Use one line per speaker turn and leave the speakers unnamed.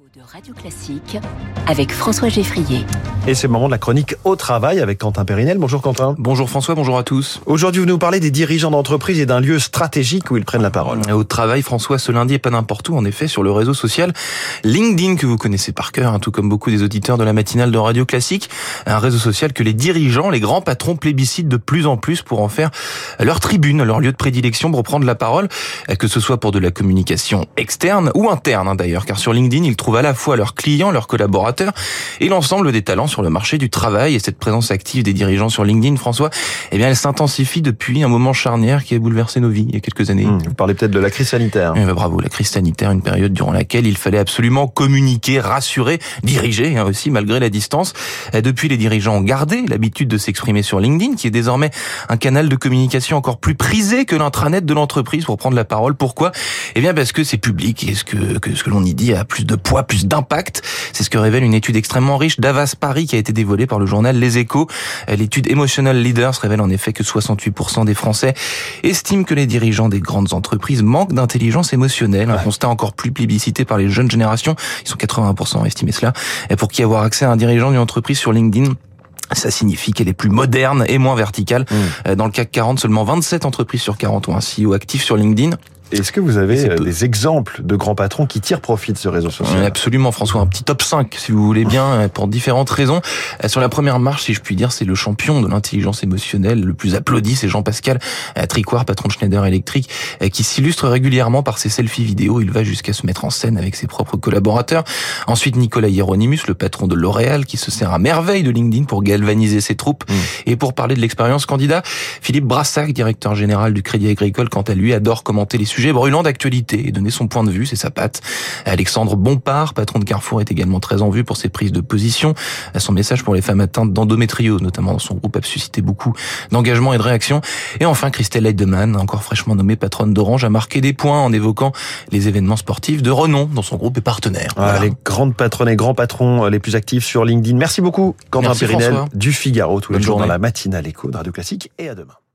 De Radio Classique avec François Geffrier.
Et c'est le moment de la chronique au travail avec Quentin Périnel. Bonjour Quentin.
Bonjour François, bonjour à tous.
Aujourd'hui, vous nous parlez des dirigeants d'entreprise et d'un lieu stratégique où ils prennent la parole.
Au travail, François, ce lundi et pas n'importe où, en effet, sur le réseau social LinkedIn, que vous connaissez par cœur, tout comme beaucoup des auditeurs de la matinale de Radio Classique. Un réseau social que les dirigeants, les grands patrons plébiscitent de plus en plus pour en faire leur tribune, leur lieu de prédilection pour prendre la parole, que ce soit pour de la communication externe ou interne d'ailleurs, car sur LinkedIn, ils trouvent à la fois leurs clients, leurs collaborateurs et l'ensemble des talents sur le marché du travail. Et cette présence active des dirigeants sur LinkedIn, François, elle s'intensifie depuis un moment charnière qui a bouleversé nos vies il y a quelques années.
Vous parlez peut-être de la crise sanitaire.
Bravo, la crise sanitaire, une période durant laquelle il fallait absolument communiquer, rassurer, diriger aussi malgré la distance. Depuis, les dirigeants ont gardé l'habitude de s'exprimer sur LinkedIn, qui est désormais un canal de communication encore plus prisé que l'intranet de l'entreprise pour prendre la parole. Pourquoi ? Parce que c'est public et ce que l'on y dit a plus de poids, plus d'impact. C'est ce que révèle une étude extrêmement riche d'Avas Paris qui a été dévoilée par le journal Les Échos. L'étude Emotional Leaders révèle en effet que 68% des Français estiment que les dirigeants des grandes entreprises manquent d'intelligence émotionnelle. Un constat encore plus plébiscité par les jeunes générations. Ils sont 80% à estimer cela. Et pour qui avoir accès à un dirigeant d'une entreprise sur LinkedIn, ça signifie qu'elle est plus moderne et moins verticale. Dans le CAC 40, seulement 27 entreprises sur 40 ont un CEO actif sur LinkedIn.
Est-ce que vous avez des exemples de grands patrons qui tirent profit de ce réseau social ?
Absolument, François. Un petit top 5, si vous voulez bien, pour différentes raisons. Sur la première marche, si je puis dire, c'est le champion de l'intelligence émotionnelle le plus applaudi, c'est Jean-Pascal Tricoire, patron de Schneider Electric, qui s'illustre régulièrement par ses selfies vidéo. Il va jusqu'à se mettre en scène avec ses propres collaborateurs. Ensuite, Nicolas Hieronymus, le patron de L'Oréal, qui se sert à merveille de LinkedIn pour galvaniser ses troupes. Et pour parler de l'expérience candidat, Philippe Brassac, directeur général du Crédit Agricole, quant à lui, adore commenter les sujets brûlant d'actualité et donner son point de vue, c'est sa patte. Alexandre Bompard, patron de Carrefour, est également très en vue pour ses prises de position. Son message pour les femmes atteintes d'endométriose, notamment dans son groupe, a suscité beaucoup d'engagement et de réaction. Et enfin, Christelle Heidemann, encore fraîchement nommée patronne d'Orange, a marqué des points en évoquant les événements sportifs de renom dont son groupe est partenaire.
Voilà. Les grandes patronnes et grands patrons les plus actifs sur LinkedIn. Merci beaucoup, Quentin Périnel du Figaro, tous les jours dans la matinale écho de Radio Classique, et à demain.